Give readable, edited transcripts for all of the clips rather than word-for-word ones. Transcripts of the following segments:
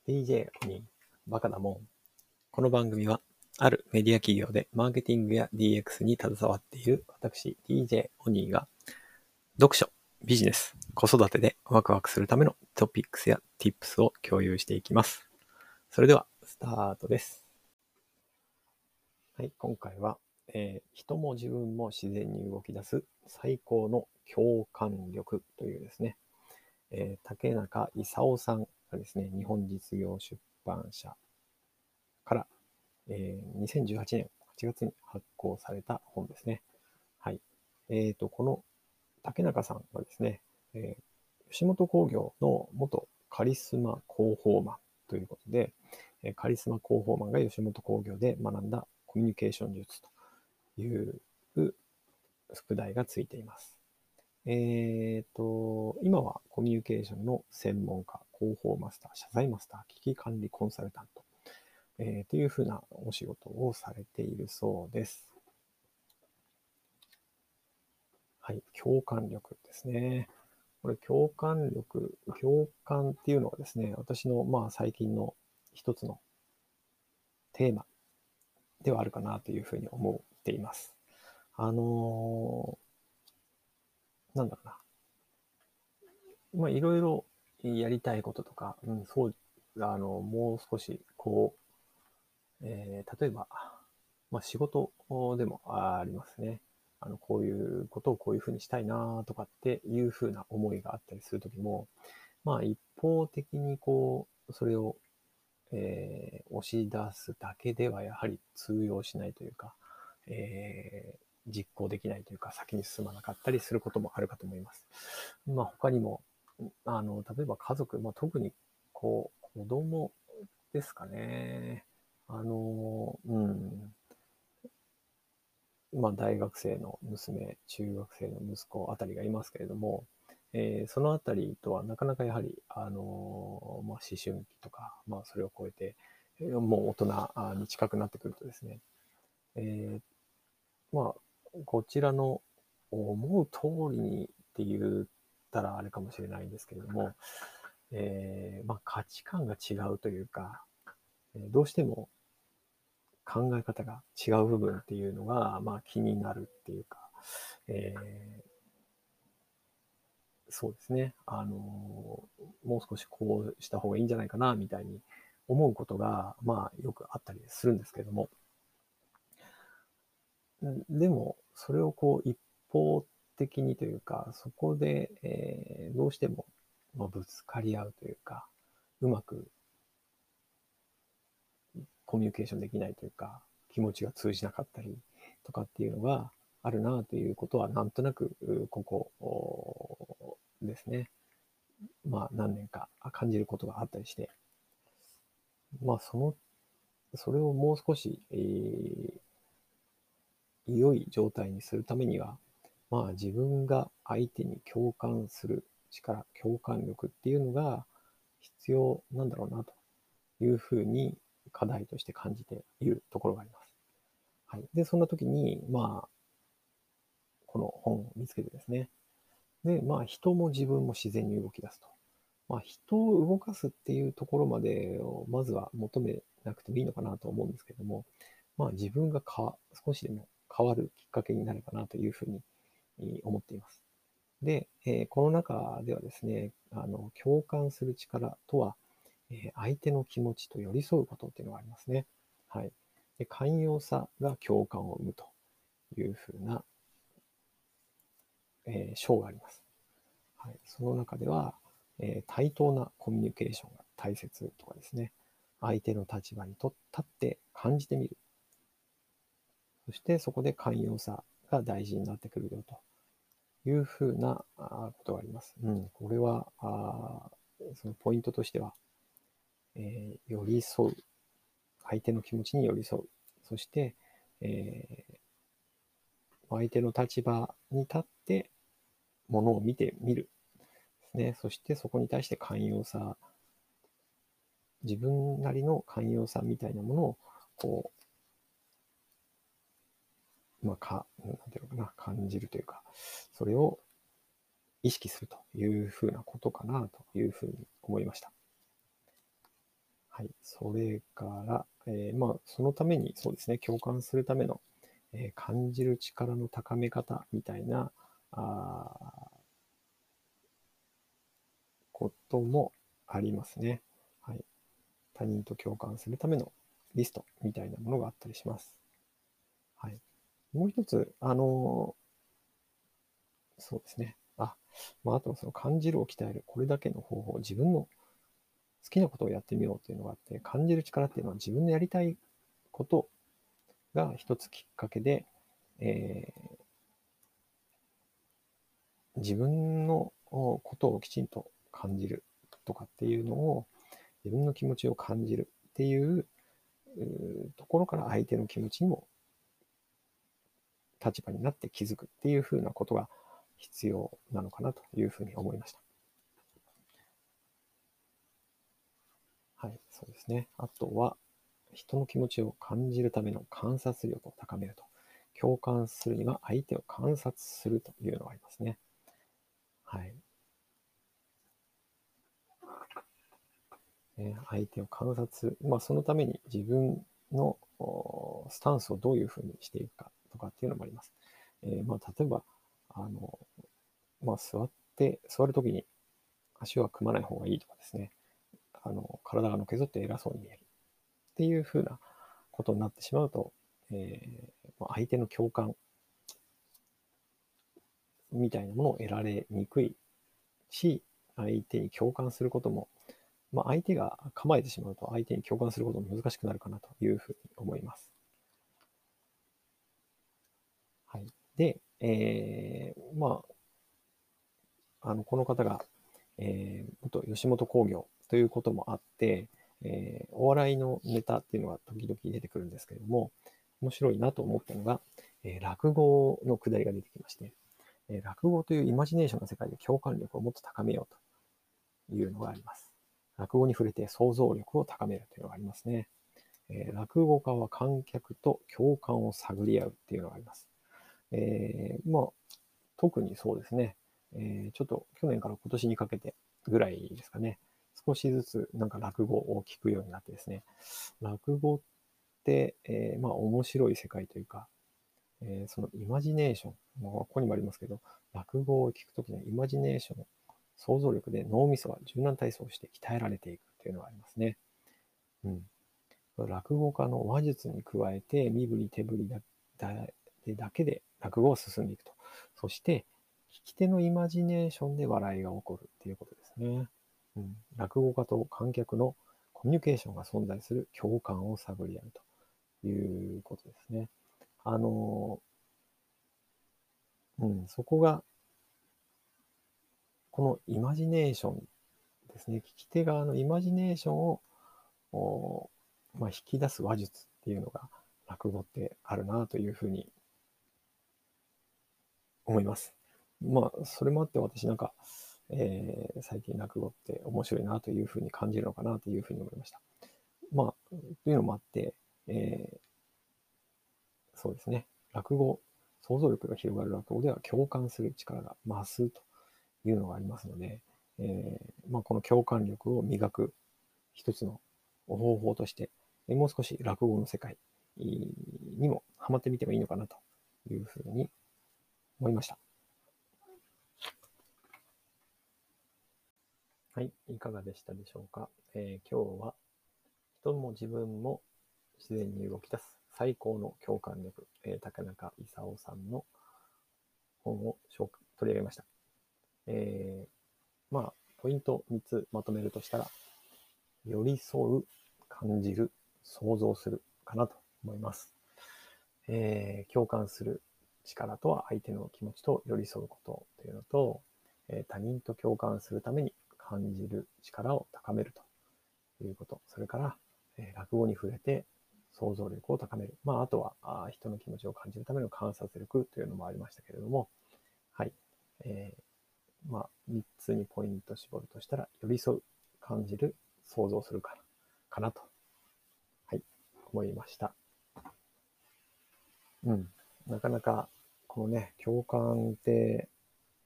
DJ にバカだもん。この番組は、あるメディア企業でマーケティングや DX に携わっている私 DJ オニーが、読書、ビジネス、子育てでワクワクするためのトピックスや Tips を共有していきます。それでは、スタートです。はい、今回は、人も自分も自然に動き出す最高の共感力というですね、竹中勲さんがですね、日本実業出版社から、2018年8月に発行された本ですね。はい。この竹中さんはですね、吉本興業の元カリスマ広報マンということで、カリスマ広報マンが吉本興業で学んだコミュニケーション術という副題がついています。今はコミュニケーションの専門家、広報マスター、謝罪マスター、危機管理コンサルタント、というふうなお仕事をされているそうです。はい、共感力ですね。これ共感力、共感っていうのはですね、私の最近の一つのテーマではあるかなというふうに思っています。なんだろうな。いろいろやりたいこととか、もう少し例えば、仕事でもありますね。こういうことをこういうふうにしたいなとかっていうふうな思いがあったりするときも、一方的にそれを、押し出すだけではやはり通用しないというか、実行できないというか、先に進まなかったりすることもあるかと思います。他にも、例えば家族、特に子供ですかね。大学生の娘、中学生の息子あたりがいますけれども、そのあたりとはなかなかやはり、思春期とか、それを超えて、もう大人に近くなってくるとですね、えこちらの思う通りにって言ったらあれかもしれないんですけれども、価値観が違うというか、どうしても考え方が違う部分っていうのが、気になるっていうか、えそうですね。もう少しこうした方がいいんじゃないかな、みたいに思うことが、よくあったりするんですけれども、でも、それを一方的にというか、そこで、どうしても、ぶつかり合うというか、うまくコミュニケーションできないというか、気持ちが通じなかったりとかっていうのがあるなということは、なんとなく、ここですね。何年か感じることがあったりして、それをもう少し、良い状態にするためには、自分が相手に共感する力、共感力っていうのが必要なんだろうなというふうに課題として感じているところがあります。はい。で、そんな時に、この本を見つけてですね。で、人も自分も自然に動き出すと。人を動かすっていうところまでを、まずは求めなくてもいいのかなと思うんですけども、自分が少しでも変わるきっかけになればなというふうに思っています。で、この中ではですね、共感する力とは、相手の気持ちと寄り添うことっていうのがありますね。はい。で、寛容さが共感を生むというふうな、章があります。はい。その中では、対等なコミュニケーションが大切とかですね、相手の立場に立って感じてみる。そしてそこで寛容さが大事になってくるよというふうなことがあります。これは、そのポイントとしては、寄り添う。相手の気持ちに寄り添う。そして、相手の立場に立ってものを見てみる。ですね。そしてそこに対して寛容さ、自分なりの寛容さみたいなものを、なんていうのかな、感じるというか、それを意識するというふうなことかなというふうに思いました。 はい。それから、そのために、そうですね、共感するための、感じる力の高め方みたいな、こともありますね。はい。他人と共感するためのリストみたいなものがあったりします。はい。もう一つ、そうですね。あとはその感じるを鍛える。これだけの方法、自分の好きなことをやってみようというのがあって、感じる力っていうのは自分のやりたいことが一つきっかけで、え自分のことをきちんと感じるとかっていうのを、自分の気持ちを感じるっていうところから相手の気持ちにも立場になって気づくっていうふうなことが必要なのかなというふうに思いました。はい、そうですね。あとは、人の気持ちを感じるための観察力を高めると。共感するには相手を観察するというのがありますね。はい。相手を観察、そのために自分のスタンスをどういうふうにしていくかとかっていうのもあります。例えば、あの、座るときに足は組まない方がいいとかですね。体がのけぞって偉そうに見えるっていうふうなことになってしまうと、相手の共感みたいなものを得られにくいし、相手に共感することも、相手が構えてしまうと相手に共感することも難しくなるかなというふうに思います。はい。で、この方が、元吉本興業ということもあって、お笑いのネタっていうのが時々出てくるんですけれども、面白いなと思ったのが、落語のくだりが出てきまして、落語というイマジネーションの世界で共感力をもっと高めようというのがあります。落語に触れて想像力を高めるというのがありますね。落語家は観客と共感を探り合うっていうのがあります。特にそうですね、ちょっと去年から今年にかけてぐらいですかね、少しずつなんか落語を聞くようになってですね、落語って、面白い世界というか、そのイマジネーション、ここにもありますけど、落語を聞くときのイマジネーション、想像力で脳みそは柔軟体操をして鍛えられていくというのがありますね。うん。落語家の話術に加えて、身振り手振りだけで落語を進んでいくと。そして、聞き手のイマジネーションで笑いが起こるっていうことですね。落語家と観客のコミュニケーションが存在する共感を探り合うということですね。あの、そこが、このイマジネーションですね。聞き手側のイマジネーションを、引き出す話術っていうのが落語ってあるなというふうに思います。それもあって私なんか、最近落語って面白いなというふうに感じるのかなというふうに思いました。というのもあって、そうですね。想像力が広がる落語では共感する力が増すというのがありますので、この共感力を磨く一つの方法として、もう少し落語の世界にもハマってみてもいいのかなというふうに思いました。はい、いかがでしたでしょうか。今日は人も自分も自然に動き出す最高の共感力、竹中勲さんの本を取り上げました。ポイント3つまとめるとしたら、寄り添う、感じる、想像するかなと思います。共感する力とは相手の気持ちと寄り添うことというのと、他人と共感するために感じる力を高めるということ。それから、落語に触れて想像力を高める。あとは人の気持ちを感じるための観察力というのもありましたけれども、はい。3つにポイント絞るとしたら、寄り添う、感じる、想像するかなと、はい、思いました。なかなか、このね、共感って、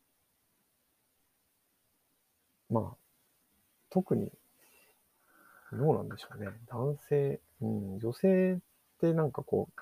特にどうなんでしょうね。男性、女性ってなんかこう、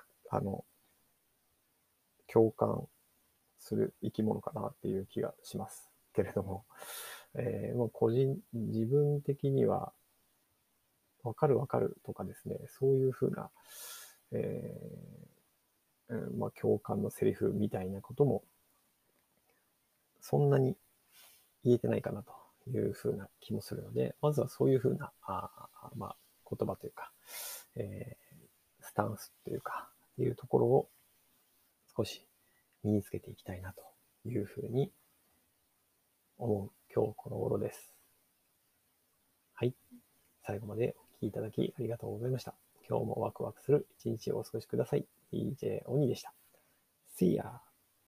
共感する生き物かなっていう気がしますけれども、まあ自分的には、わかるわかるとかですね、そういうふうな、えまあ共感のセリフみたいなことも、そんなに言えてないかなというふうな気もするので、まずはそういうふうな、まあ言葉というか、えスタンスというか、っていうところを少し身につけていきたいなというふうに思う今日この頃です。はい。最後までお聞きいただきありがとうございました。今日もワクワクする一日をお過ごしください。DJ オニでした。See ya!